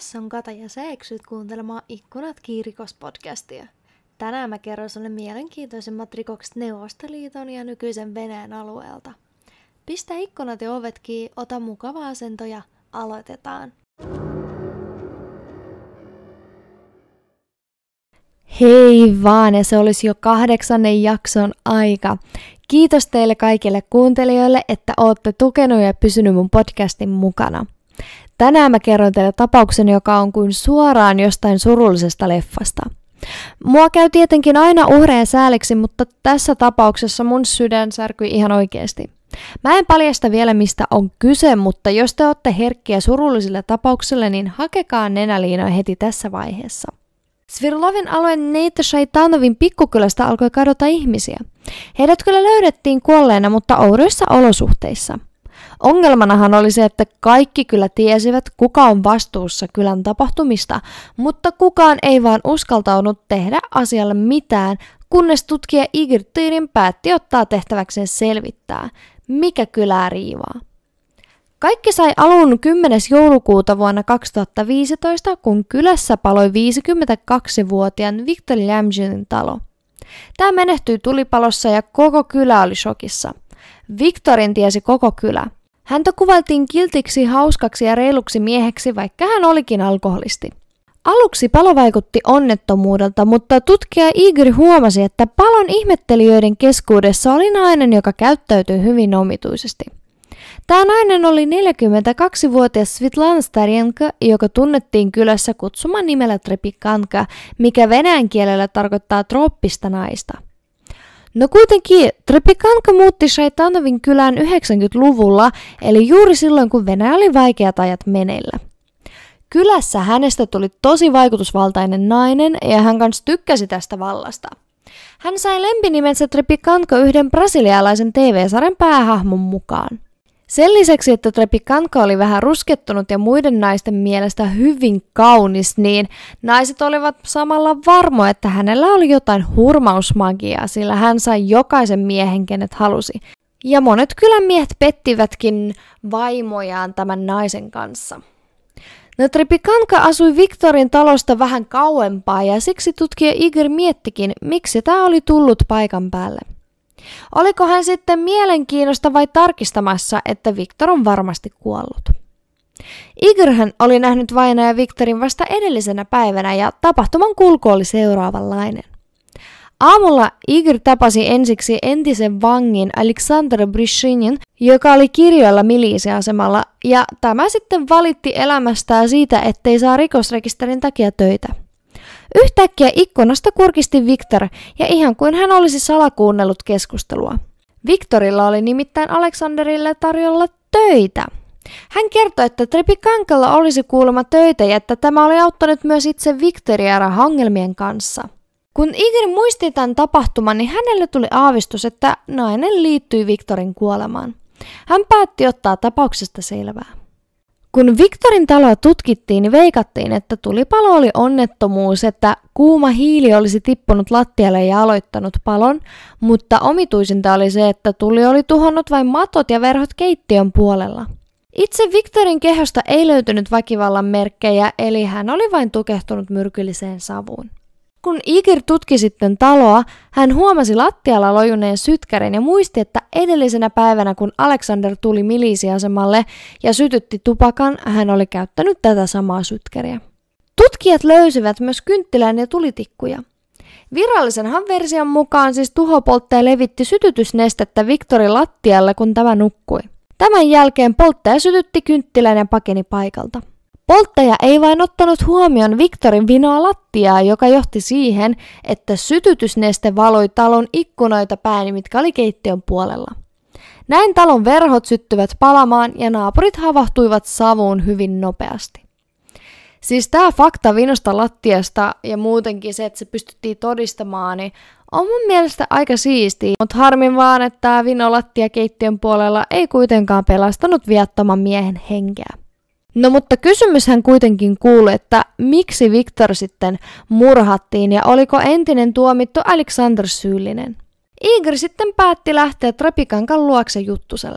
Tässä on Kata ja sä eksyt kuuntelemaan Ikkunat Kiirikos-podcastia. Tänään mä kerron sulle mielenkiintoisimmat rikokset Neuvostoliiton ja nykyisen Venäjän alueelta. Pistä ikkunat ja ovet kiinni, ota mukava asento ja aloitetaan. Hei vaan, ja se olisi jo 8. jakson aika. Kiitos teille kaikille kuuntelijoille, että ootte tukenut ja pysynyt mun podcastin mukana. Tänään mä kerron teille tapauksen, joka on kuin suoraan jostain surullisesta leffasta. Mua käy tietenkin aina uhreja sääliksi, mutta tässä tapauksessa mun sydän särkyi ihan oikeasti. Mä en paljasta vielä mistä on kyse, mutta jos te ootte herkkiä surullisille tapauksille, niin hakekaa nenäliinoja heti tässä vaiheessa. Sverdlovin alueen Neita Shaitanovin pikkukylästä alkoi kadota ihmisiä. Heidät kyllä löydettiin kuolleena, mutta oudoissa olosuhteissa. Ongelmanahan oli se, että kaikki kyllä tiesivät, kuka on vastuussa kylän tapahtumista, mutta kukaan ei vaan uskaltautunut tehdä asialle mitään, kunnes tutkija Igor Tyrin päätti ottaa tehtäväkseen selvittää, mikä kylää riivaa. Kaikki sai alun 10. joulukuuta vuonna 2015, kun kylässä paloi 52-vuotiaan Viktor Ljamzhinin talo. Tämä menehtyi tulipalossa ja koko kylä oli shokissa. Viktorin tiesi koko kylä. Häntä kuvailtiin kiltiksi, hauskaksi ja reiluksi mieheksi, vaikka hän olikin alkoholisti. Aluksi palo vaikutti onnettomuudelta, mutta tutkija Igor huomasi, että palon ihmettelijöiden keskuudessa oli nainen, joka käyttäytyi hyvin omituisesti. Tämä nainen oli 42-vuotias Svetlana Starenko, joka tunnettiin kylässä kutsuman nimellä Trepikanka, mikä venäjän kielellä tarkoittaa trooppista naista. No kuitenkin Trepikanka muutti Shaitanovin kylään 90-luvulla, eli juuri silloin kun Venäjä oli vaikeat ajat meneillä. Kylässä hänestä tuli tosi vaikutusvaltainen nainen ja hän kanssa tykkäsi tästä vallasta. Hän sai lempinimensä Trepikanka yhden brasilialaisen TV-sarjan päähahmon mukaan. Sen lisäksi, että Trepikanka oli vähän ruskettunut ja muiden naisten mielestä hyvin kaunis, niin naiset olivat samalla varmoja, että hänellä oli jotain hurmausmagiaa, sillä hän sai jokaisen miehen, kenet halusi. Ja monet kylän miehet pettivätkin vaimojaan tämän naisen kanssa. No, Trepikanka asui Viktorin talosta vähän kauempaa ja siksi tutkija Igor miettikin, miksi tämä oli tullut paikan päälle. Oliko hän sitten mielenkiinnosta vai tarkistamassa, että Viktor on varmasti kuollut? Igorhan oli nähnyt vainaja Viktorin vasta edellisenä päivänä ja tapahtuman kulku oli seuraavanlainen. Aamulla Igor tapasi ensiksi entisen vangin Aleksandr Brishinin, joka oli kirjoilla miliisiasemalla, ja tämä sitten valitti elämästään siitä, ettei saa rikosrekisterin takia töitä. Yhtäkkiä ikkunasta kurkisti Viktor, ja ihan kuin hän olisi salakuunnellut keskustelua. Viktorilla oli nimittäin Aleksanderille tarjolla töitä. Hän kertoi, että Trepikankalla olisi kuulemma töitä ja että tämä oli auttanut myös itse Viktoria rahaongelmien kanssa. Kun Igor muisti tämän tapahtuman, niin hänelle tuli aavistus, että nainen liittyi Viktorin kuolemaan. Hän päätti ottaa tapauksesta selvää. Kun Viktorin taloa tutkittiin, niin veikattiin, että tulipalo oli onnettomuus, että kuuma hiili olisi tippunut lattialle ja aloittanut palon, mutta omituisinta oli se, että tuli oli tuhonnut vain matot ja verhot keittiön puolella. Itse Viktorin kehosta ei löytynyt väkivallan merkkejä, eli hän oli vain tukehtunut myrkylliseen savuun. Kun Igor tutki sitten taloa, hän huomasi lattialla lojuneen sytkärin ja muisti, että edellisenä päivänä kun Aleksander tuli miliisiasemalle ja sytytti tupakan, hän oli käyttänyt tätä samaa sytkäriä. Tutkijat löysivät myös kynttilän ja tulitikkuja. Virallisenhan version mukaan siis tuhopolttaja levitti sytytysnestettä Viktorin lattialle, kun tämä nukkui. Tämän jälkeen polttaja sytytti kynttilän ja pakeni paikalta. Polttaja ei vain ottanut huomioon Viktorin vinoa lattiaa, joka johti siihen, että sytytysneste valoi talon ikkunoita päin, mitkä oli keittiön puolella. Näin talon verhot syttyvät palamaan ja naapurit havahtuivat savuun hyvin nopeasti. Siis tämä fakta vinosta lattiasta ja muutenkin se, että se pystyttiin todistamaan, niin on mun mielestä aika siistiä, mutta harmin vaan, että tämä vinolattia keittiön puolella ei kuitenkaan pelastanut viattoman miehen henkeä. No mutta kysymyshän kuitenkin kuului, että miksi Viktor sitten murhattiin ja oliko entinen tuomittu Aleksander syyllinen? Igor sitten päätti lähteä Trepikankan luokse juttuselle.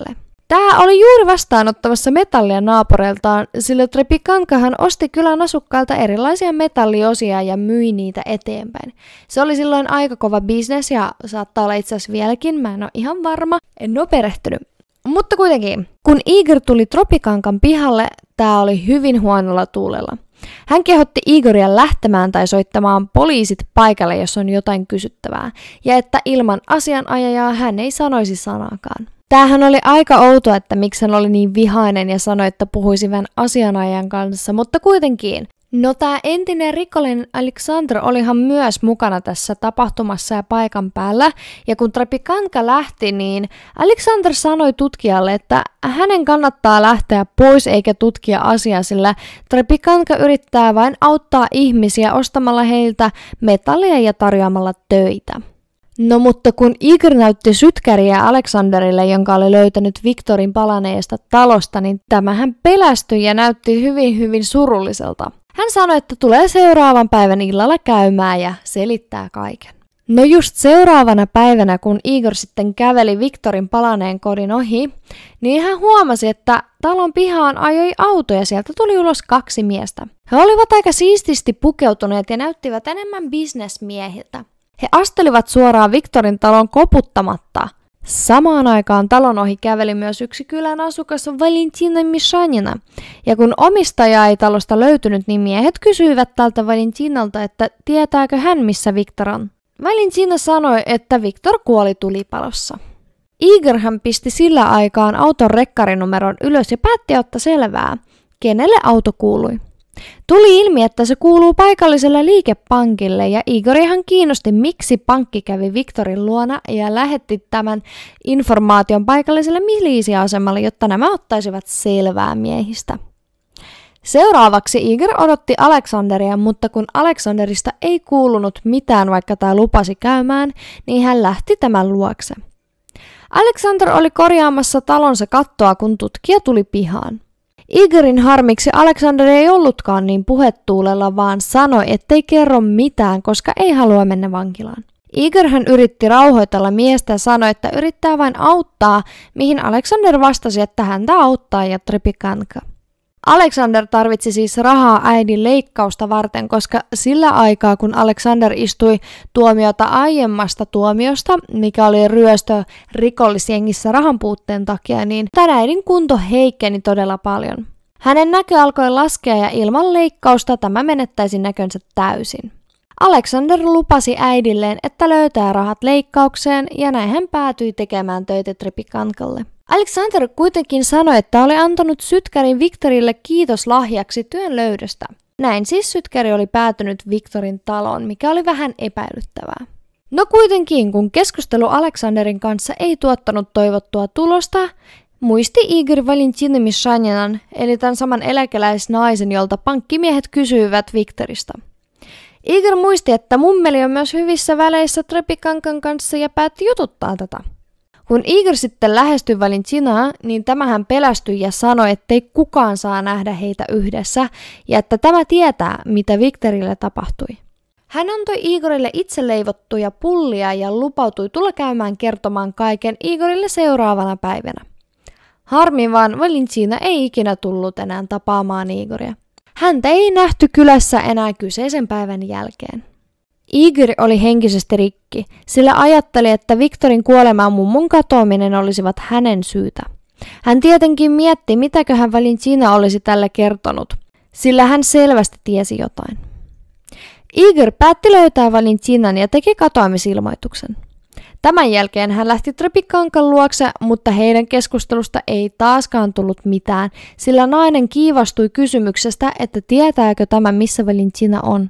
Tää oli juuri vastaanottamassa metallia naapureiltaan, sillä Trepikankahan osti kylän asukkailta erilaisia metalliosia ja myi niitä eteenpäin. Se oli silloin aika kova bisnes ja saattaa olla itse asiassa vieläkin, mä en ole ihan varma, en ole perehtynyt. Mutta kuitenkin, kun Igor tuli Tropikankan pihalle, tää oli hyvin huonolla tuulella. Hän kehotti Igoria lähtemään tai soittamaan poliisit paikalle, jos on jotain kysyttävää, ja että ilman asianajajaa hän ei sanoisi sanaakaan. Tämähän oli aika outoa, että miksi hän oli niin vihainen ja sanoi, että puhuisi vähän asianajajan kanssa, mutta kuitenkin. No tää entinen rikollinen Alexander olihan myös mukana tässä tapahtumassa ja paikan päällä, ja kun Trepikanka lähti, niin Alexander sanoi tutkijalle, että hänen kannattaa lähteä pois eikä tutkia asiaa, sillä Trepikanka yrittää vain auttaa ihmisiä ostamalla heiltä metallia ja tarjoamalla töitä. No mutta kun Igor näytti sytkäriä Alexanderille, jonka oli löytänyt Victorin palaneesta talosta, niin tämähän pelästyi ja näytti hyvin surulliselta. Hän sanoi, että tulee seuraavan päivän illalla käymään ja selittää kaiken. No just seuraavana päivänä, kun Igor sitten käveli Victorin palaneen kodin ohi, niin hän huomasi, että talon pihaan ajoi auto ja sieltä tuli ulos 2 miestä. He olivat aika siististi pukeutuneet ja näyttivät enemmän bisnesmiehiltä. He astelivat suoraan Victorin talon koputtamatta. Samaan aikaan talon ohi käveli myös yksi kylän asukas Valentina Mishanina, ja kun omistajaa ei talosta löytynyt, niin miehet kysyivät tältä Valentinalta, että tietääkö hän missä Victor on. Valentina sanoi, että Victor kuoli tulipalossa. Igorhan pisti sillä aikaan auton rekkarinumeron ylös ja päätti ottaa selvää, kenelle auto kuului. Tuli ilmi, että se kuuluu paikalliselle liikepankille ja Igorihan kiinnosti, miksi pankki kävi Victorin luona ja lähetti tämän informaation paikalliselle miliisiasemalle, jotta nämä ottaisivat selvää miehistä. Seuraavaksi Igor odotti Alexanderia, mutta kun Alexanderista ei kuulunut mitään, vaikka tämä lupasi käymään, niin hän lähti tämän luokse. Alexander oli korjaamassa talonsa kattoa, kun tutkija tuli pihaan. Igorin harmiksi Alexander ei ollutkaan niin puhetuulella, vaan sanoi, ettei kerro mitään, koska ei halua mennä vankilaan. Igorhan yritti rauhoitella miestä ja sanoi, että yrittää vain auttaa, mihin Alexander vastasi, että häntä auttaa ja Trepikanka. Alexander tarvitsi siis rahaa äidin leikkausta varten, koska sillä aikaa, kun Alexander istui tuomiota aiemmasta tuomiosta, mikä oli ryöstö rikollisjengissä rahanpuutteen takia, niin tämän äidin kunto heikkeni todella paljon. Hänen näkö alkoi laskea ja ilman leikkausta tämä menettäisi näkönsä täysin. Alexander lupasi äidilleen, että löytää rahat leikkaukseen ja näin hän päätyi tekemään töitä Trepikankalle. Alexander kuitenkin sanoi, että oli antanut sytkärin Victorille kiitoslahjaksi työn löydöstä. Näin siis sytkäri oli päätynyt Victorin taloon, mikä oli vähän epäilyttävää. No kuitenkin, kun keskustelu Alexanderin kanssa ei tuottanut toivottua tulosta, muisti Igor Valentina Mishaninan, eli tämän saman eläkeläisnaisen, jolta pankkimiehet kysyivät Victorista. Igor muisti, että mummeli on myös hyvissä väleissä Trepikankan kanssa ja päätti jututtaa tätä. Kun Igor sitten lähestyi Valentinaa, niin tämähän pelästyi ja sanoi, ettei kukaan saa nähdä heitä yhdessä ja että tämä tietää, mitä Victorille tapahtui. Hän antoi Igorille itse leivottuja pullia ja lupautui tulla käymään kertomaan kaiken Igorille seuraavana päivänä. Harmi vaan Valentina ei ikinä tullut enää tapaamaan Igoria. Häntä ei nähty kylässä enää kyseisen päivän jälkeen. Igor oli henkisesti rikki, sillä ajatteli, että Victorin kuolema ja mummon katoaminen olisivat hänen syytä. Hän tietenkin mietti, mitäköhän Valentina olisi tälle kertonut, sillä hän selvästi tiesi jotain. Igor päätti löytää Valentinan ja teki katoamisilmoituksen. Tämän jälkeen hän lähti Trepikankan luokse, mutta heidän keskustelusta ei taaskaan tullut mitään, sillä nainen kiivastui kysymyksestä, että tietääkö tämä, missä Valentina on.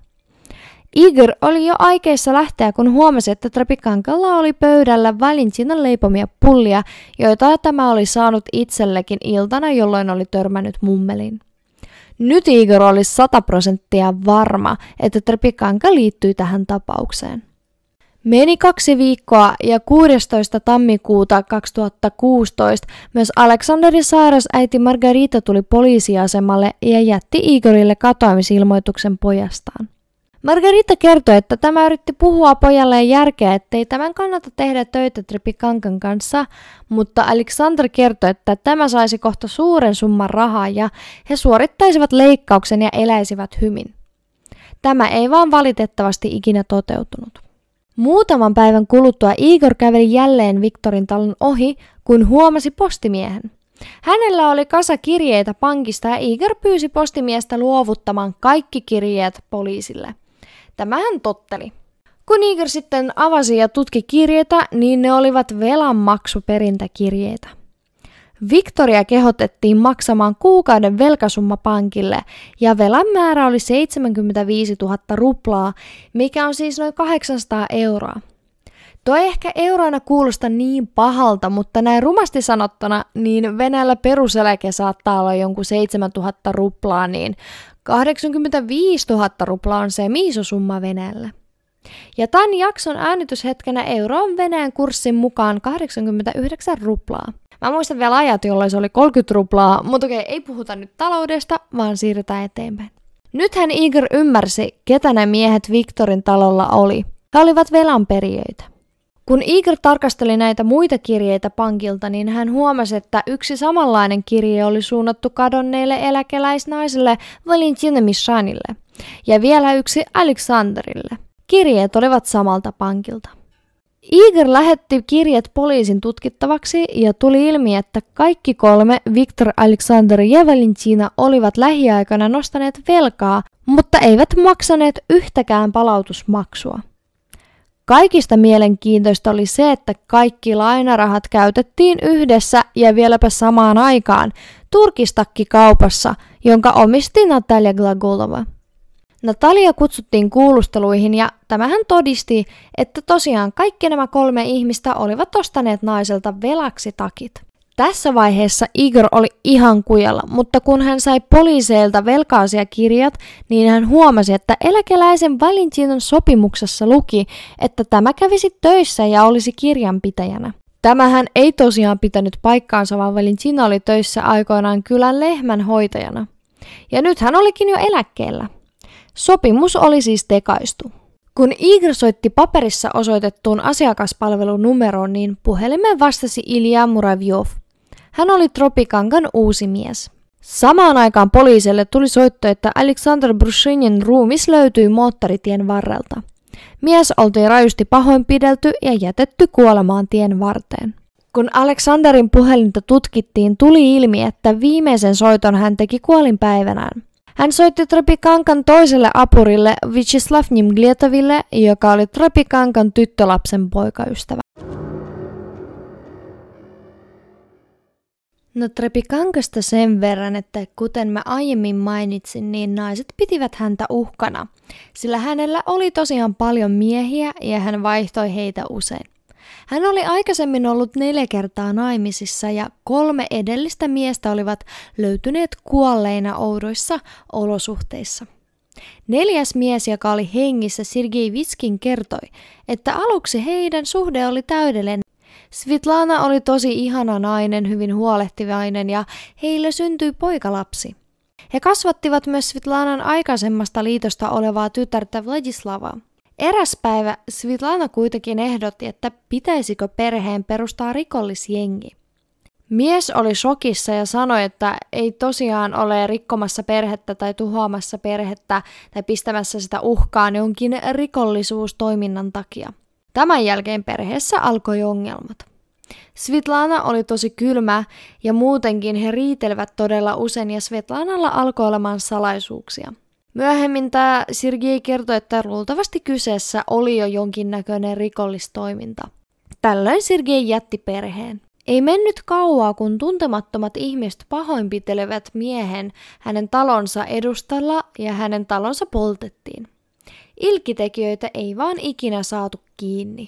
Igor oli jo aikeissa lähteä, kun huomasi, että Trepikankalla oli pöydällä Valentinan leipomia pullia, joita tämä oli saanut itsellekin iltana, jolloin oli törmännyt mummeliin. Nyt Igor oli 100% varma, että Trepikanka liittyi tähän tapaukseen. Meni 2 viikkoa ja 16. tammikuuta 2016 myös Alexanderin sairas äiti Margarita tuli poliisiasemalle ja jätti Igorille katoamisilmoituksen pojastaan. Margarita kertoi, että tämä yritti puhua pojalleen järkeä, ettei tämän kannata tehdä töitä Trepikankan kanssa, mutta Alexander kertoi, että tämä saisi kohta suuren summan rahaa ja he suorittaisivat leikkauksen ja eläisivät hyvin. Tämä ei vaan valitettavasti ikinä toteutunut. Muutaman päivän kuluttua Igor käveli jälleen Viktorin talon ohi, kun huomasi postimiehen. Hänellä oli kasa kirjeitä pankista ja Igor pyysi postimiestä luovuttamaan kaikki kirjeet poliisille. Tämä hän totteli. Kun Igor sitten avasi ja tutki kirjeitä, niin ne olivat velanmaksuperintäkirjeitä. Viktoria kehotettiin maksamaan kuukauden velkasumma pankille ja velan määrä oli 75 000 ruplaa, mikä on siis noin 800 euroa. Tuo ei ehkä euroina kuulosta niin pahalta, mutta näin rumasti sanottuna, niin Venäjällä peruseläke saattaa olla jonkun 7 000 ruplaa, niin 85 000 ruplaa on se iso summa Venäjällä. Ja tämän jakson äänityshetkenä euro on Venäjän kurssin mukaan 89 ruplaa. Mä muistan vielä ajat, jolloin se oli 30 ruplaa, mutta okei, ei puhuta nyt taloudesta, vaan siirrytään eteenpäin. Nythän Igor ymmärsi, ketä ne miehet Viktorin talolla oli. He olivat velanperijöitä. Kun Igor tarkasteli näitä muita kirjeitä pankilta, niin hän huomasi, että yksi samanlainen kirje oli suunnattu kadonneelle eläkeläisnaiselle Valentina Mishanille ja vielä yksi Alexanderille. Kirjeet olivat samalta pankilta. Igor lähetti kirjeet poliisin tutkittavaksi ja tuli ilmi, että kaikki kolme, Viktor, Alexander ja Valentina, olivat lähiaikana nostaneet velkaa, mutta eivät maksaneet yhtäkään palautusmaksua. Kaikista mielenkiintoista oli se, että kaikki lainarahat käytettiin yhdessä ja vieläpä samaan aikaan turkistakkikaupassa, jonka omisti Natalia Glagolova. Natalia kutsuttiin kuulusteluihin ja tämähän todisti, että tosiaan kaikki nämä kolme ihmistä olivat ostaneet naiselta velaksi takit. Tässä vaiheessa Igor oli ihan kujalla, mutta kun hän sai poliiseilta velka-asiakirjat, niin hän huomasi, että eläkeläisen Valentinan sopimuksessa luki, että tämä kävisi töissä ja olisi kirjanpitäjänä. Tämähän ei tosiaan pitänyt paikkaansa, vaan Valentina oli töissä aikoinaan kylän lehmänhoitajana. Ja nyt hän olikin jo eläkkeellä. Sopimus oli siis tekaistu. Kun Igor soitti paperissa osoitettuun asiakaspalvelun numeroon, niin puhelimeen vastasi Ilja Muravjov. Hän oli Tropikankan uusi mies. Samaan aikaan poliisille tuli soitto, että Alexander Brushinin ruumis löytyi moottoritien varrelta. Mies oltiin rajusti pahoinpidelty ja jätetty kuolemaan tien varteen. Kun Alexanderin puhelinta tutkittiin, tuli ilmi, että viimeisen soiton hän teki kuolinpäivänään. Hän soitti Tropikankan toiselle apurille Vyacheslav Nimglietoville, joka oli Tropikankan tyttölapsen poikaystävä. No Trepikankasta sen verran, että kuten mä aiemmin mainitsin, niin naiset pitivät häntä uhkana, sillä hänellä oli tosiaan paljon miehiä ja hän vaihtoi heitä usein. Hän oli aikaisemmin ollut 4 kertaa naimisissa ja 3 edellistä miestä olivat löytyneet kuolleina oudoissa olosuhteissa. 4. mies, joka oli hengissä, Sergei Vitskin, kertoi, että aluksi heidän suhde oli täydellinen. Svitlana oli tosi ihana nainen, hyvin huolehtivainen ja heille syntyi poikalapsi. He kasvattivat myös Svitlanan aikaisemmasta liitosta olevaa tytärtä Vladislavaa. Eräs päivä Svitlana kuitenkin ehdotti, että pitäisikö perheen perustaa rikollisjengi. Mies oli shokissa ja sanoi, että ei tosiaan ole rikkomassa perhettä tai tuhoamassa perhettä tai pistämässä sitä uhkaan jonkin rikollisuustoiminnan takia. Tämän jälkeen perheessä alkoi ongelmat. Svitlana oli tosi kylmä ja muutenkin he riitelevät todella usein ja Svetlanalla alkoi olemaan salaisuuksia. Myöhemmin tämä Sergei kertoi, että luultavasti kyseessä oli jo jonkinnäköinen rikollistoiminta. Tällöin Sergei jätti perheen. Ei mennyt kauaa, kun tuntemattomat ihmiset pahoinpitelevät miehen hänen talonsa edustalla ja hänen talonsa poltettiin. Ilkitekijöitä ei vaan ikinä saatu kiinni.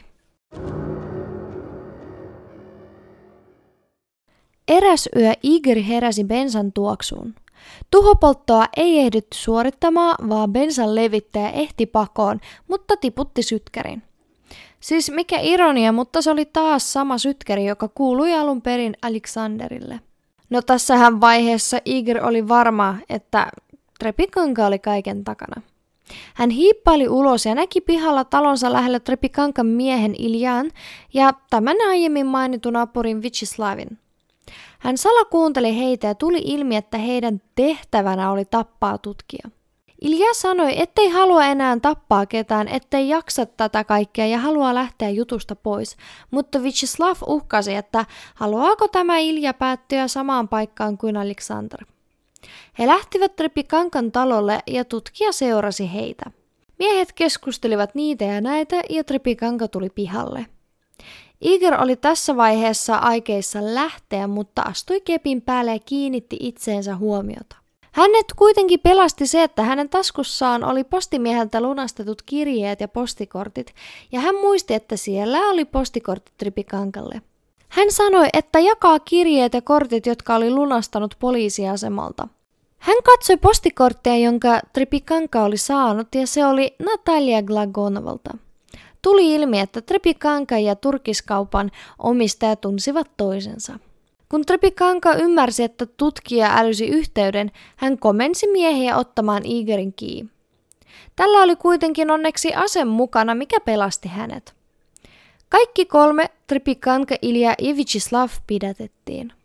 Eräs yö Igor heräsi bensan tuoksuun. Tuhopolttoa ei ehditty suorittamaan, vaan bensan levittäjä ehti pakoon, mutta tiputti sytkärin. Siis mikä ironia, mutta se oli taas sama sytkäri, joka kuului alun perin Alexanderille. No tässähän vaiheessa Igor oli varma, että Trepikanka oli kaiken takana. Hän hiippaili ulos ja näki pihalla talonsa lähellä Trepikankan miehen Iljan ja tämän aiemmin mainitun napurin Vyacheslawin. Hän salakuunteli heitä ja tuli ilmi, että heidän tehtävänä oli tappaa tutkija. Ilja sanoi, ettei halua enää tappaa ketään, ettei jaksa tätä kaikkea ja haluaa lähteä jutusta pois, mutta Vyacheslav uhkasi, että haluaako tämä Ilja päättyä samaan paikkaan kuin Alexander. He lähtivät Trepikankan talolle ja tutkija seurasi heitä. Miehet keskustelivat niitä ja näitä ja Trepikanka tuli pihalle. Igor oli tässä vaiheessa aikeissa lähteä, mutta astui kepin päälle ja kiinnitti itseensä huomiota. Hänet kuitenkin pelasti se, että hänen taskussaan oli postimieheltä lunastetut kirjeet ja postikortit, ja hän muisti, että siellä oli postikortti Trepikankalle. Hän sanoi, että jakaa kirjeet ja kortit, jotka oli lunastanut poliisiasemalta. Hän katsoi postikorttia, jonka Trepikanka oli saanut, ja se oli Natalia Glagonovalta. Tuli ilmi, että Trepikanka ja turkiskaupan omistaja tunsivat toisensa. Kun Trepikanka ymmärsi, että tutkija älysi yhteyden, hän komensi miehiä ottamaan Igorin kiinni. Tällä oli kuitenkin onneksi ase mukana, mikä pelasti hänet. Kaikki kolme, Trepikanka, Ilja ja Vyacheslav, pidätettiin.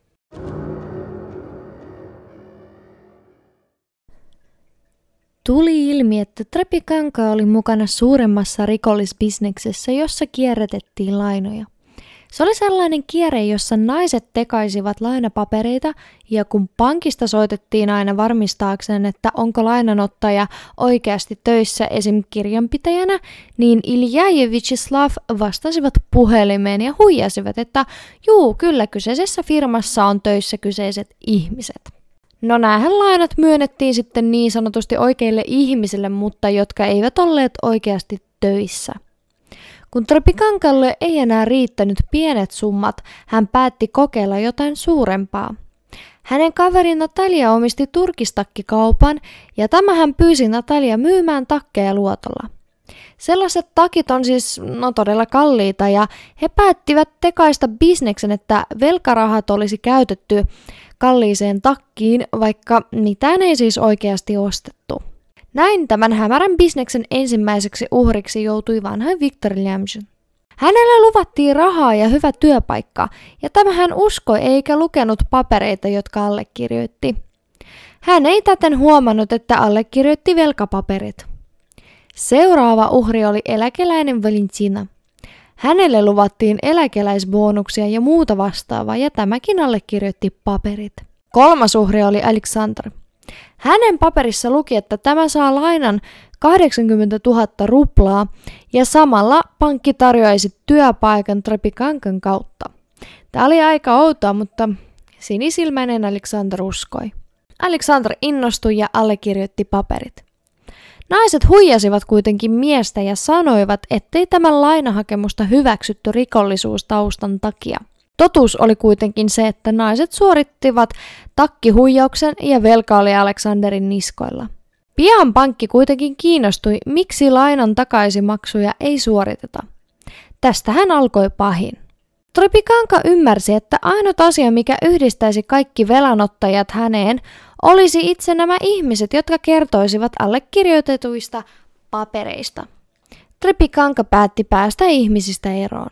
Tuli ilmi, että Trepikanka oli mukana suuremmassa rikollisbisneksessä, jossa kierrätettiin lainoja. Se oli sellainen kierre, jossa naiset tekaisivat lainapapereita ja kun pankista soitettiin aina varmistaakseen, että onko lainanottaja oikeasti töissä esim. Kirjanpitäjänä, niin Ilja ja Vyacheslav vastasivat puhelimeen ja huijasivat, että juu, kyllä kyseisessä firmassa on töissä kyseiset ihmiset. No näähän lainat myönnettiin sitten niin sanotusti oikeille ihmisille, mutta jotka eivät olleet oikeasti töissä. Kun Trepikankalle ei enää riittänyt pienet summat, hän päätti kokeilla jotain suurempaa. Hänen kaveri Natalia omisti turkistakkikaupan ja tämä hän pyysi Natalia myymään takkeja luotolla. Sellaiset takit on siis todella kalliita ja he päättivät tekaista bisneksen, että velkarahat olisi käytetty kalliiseen takkiin, vaikka mitään ei siis oikeasti ostettu. Näin tämän hämärän bisneksen ensimmäiseksi uhriksi joutui vanha Viktor Lyamzhin. Hänelle luvattiin rahaa ja hyvä työpaikka, ja tämä hän uskoi eikä lukenut papereita, jotka allekirjoitti. Hän ei täten huomannut, että allekirjoitti velkapaperit. Seuraava uhri oli eläkeläinen Valentina. Hänelle luvattiin eläkeläisbonuksia ja muuta vastaavaa, ja tämäkin allekirjoitti paperit. Kolmas uhri oli Alexander. Hänen paperissa luki, että tämä saa lainan 80 000 ruplaa ja samalla pankki tarjoaisi työpaikan Trepikankan kautta. Tämä oli aika outoa, mutta sinisilmäinen Alexander uskoi. Alexander innostui ja allekirjoitti paperit. Naiset huijasivat kuitenkin miestä ja sanoivat, ettei tämän lainahakemusta hyväksytty rikollisuustaustan takia. Totuus oli kuitenkin se, että naiset suorittivat takkihuijauksen ja velka oli Alexanderin niskoilla. Pian pankki kuitenkin kiinnostui, miksi lainan takaisinmaksuja ei suoriteta. Tästä hän alkoi pahin. Trepikanka ymmärsi, että ainut asia, mikä yhdistäisi kaikki velanottajat häneen, olisi itse nämä ihmiset, jotka kertoisivat allekirjoitetuista papereista. Trepikanka päätti päästä ihmisistä eroon.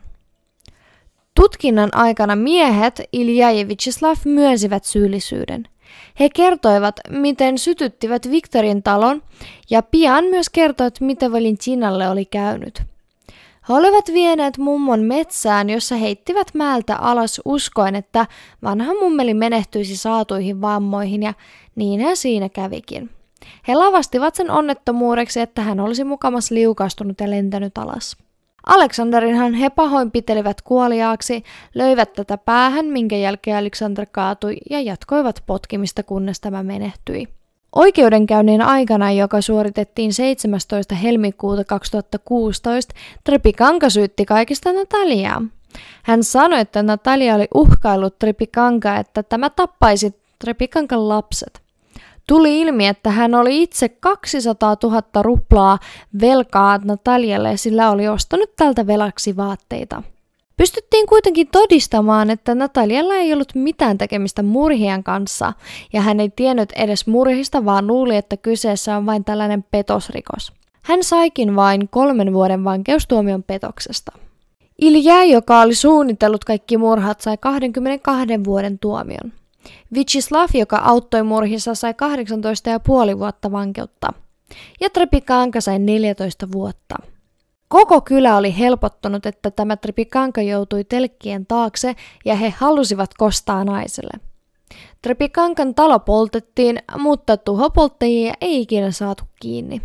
Tutkinnan aikana miehet Ilja ja Vyacheslav myönsivät syyllisyyden. He kertoivat, miten sytyttivät Viktorin talon ja pian myös kertoivat, mitä Valentinalle oli käynyt. He olivat vieneet mummon metsään, jossa heittivät määltä alas uskoen, että vanha mummeli menehtyisi saatuihin vammoihin ja niinhän siinä kävikin. He lavastivat sen onnettomuudeksi, että hän olisi mukamas liukastunut ja lentänyt alas. Alexanderinhan he pahoinpitelivät kuoliaaksi, löivät tätä päähän, minkä jälkeen Alexander kaatui ja jatkoivat potkimista, kunnes tämä menehtyi. Oikeudenkäynnin aikana, joka suoritettiin 17. helmikuuta 2016, Trepikanka syytti kaikista Nataliaa. Hän sanoi, että Natalia oli uhkaillut Trepikankaa, että tämä tappaisi Trepikankan lapset. Tuli ilmi, että hän oli itse 200 000 ruplaa velkaa Natalialle ja sillä oli ostanut tältä velaksi vaatteita. Pystyttiin kuitenkin todistamaan, että Natalialla ei ollut mitään tekemistä murhien kanssa ja hän ei tiennyt edes murhista, vaan luuli, että kyseessä on vain tällainen petosrikos. Hän saikin vain 3 vuoden vankeustuomion petoksesta. Ilja, joka oli suunnitellut kaikki murhat, sai 22 vuoden tuomion. Vyacheslav, joka auttoi murhissa, sai 18,5 vuotta vankeutta. Ja Trepikanka sai 14 vuotta. Koko kylä oli helpottunut, että tämä Trepikanka joutui telkkien taakse ja he halusivat kostaa naiselle. Trepikankan talo poltettiin, mutta tuhopolttajia ei ikinä saatu kiinni.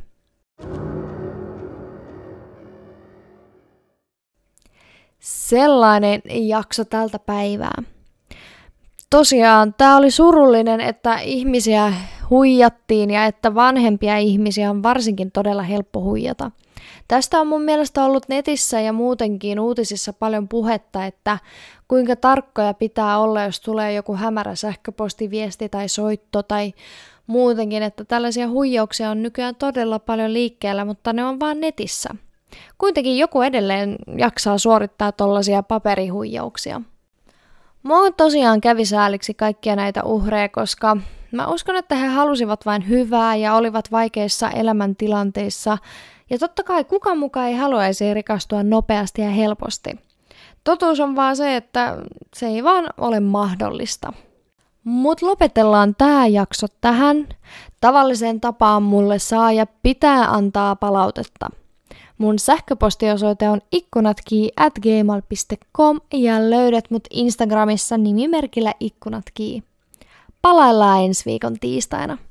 Sellainen jakso tältä päivää. Tosiaan, tämä oli surullinen, että ihmisiä huijattiin ja että vanhempia ihmisiä on varsinkin todella helppo huijata. Tästä on mun mielestä ollut netissä ja muutenkin uutisissa paljon puhetta, että kuinka tarkkoja pitää olla, jos tulee joku hämärä sähköpostiviesti tai soitto tai muutenkin, että tällaisia huijauksia on nykyään todella paljon liikkeellä, mutta ne on vaan netissä. Kuitenkin joku edelleen jaksaa suorittaa tollaisia paperihuijauksia. Mua tosiaan kävi sääliksi kaikkia näitä uhreja, koska mä uskon, että he halusivat vain hyvää ja olivat vaikeissa elämäntilanteissa. Ja totta kai kukaan mukaan ei haluaisi rikastua nopeasti ja helposti. Totuus on vaan se, että se ei vaan ole mahdollista. Mut lopetellaan tää jakso tähän. Tavalliseen tapaan mulle saa ja pitää antaa palautetta. Mun sähköpostiosoite on ikkunatki@gmail.com ja löydät mut Instagramissa nimimerkillä ikkunatki. Palaillaan ensi viikon tiistaina.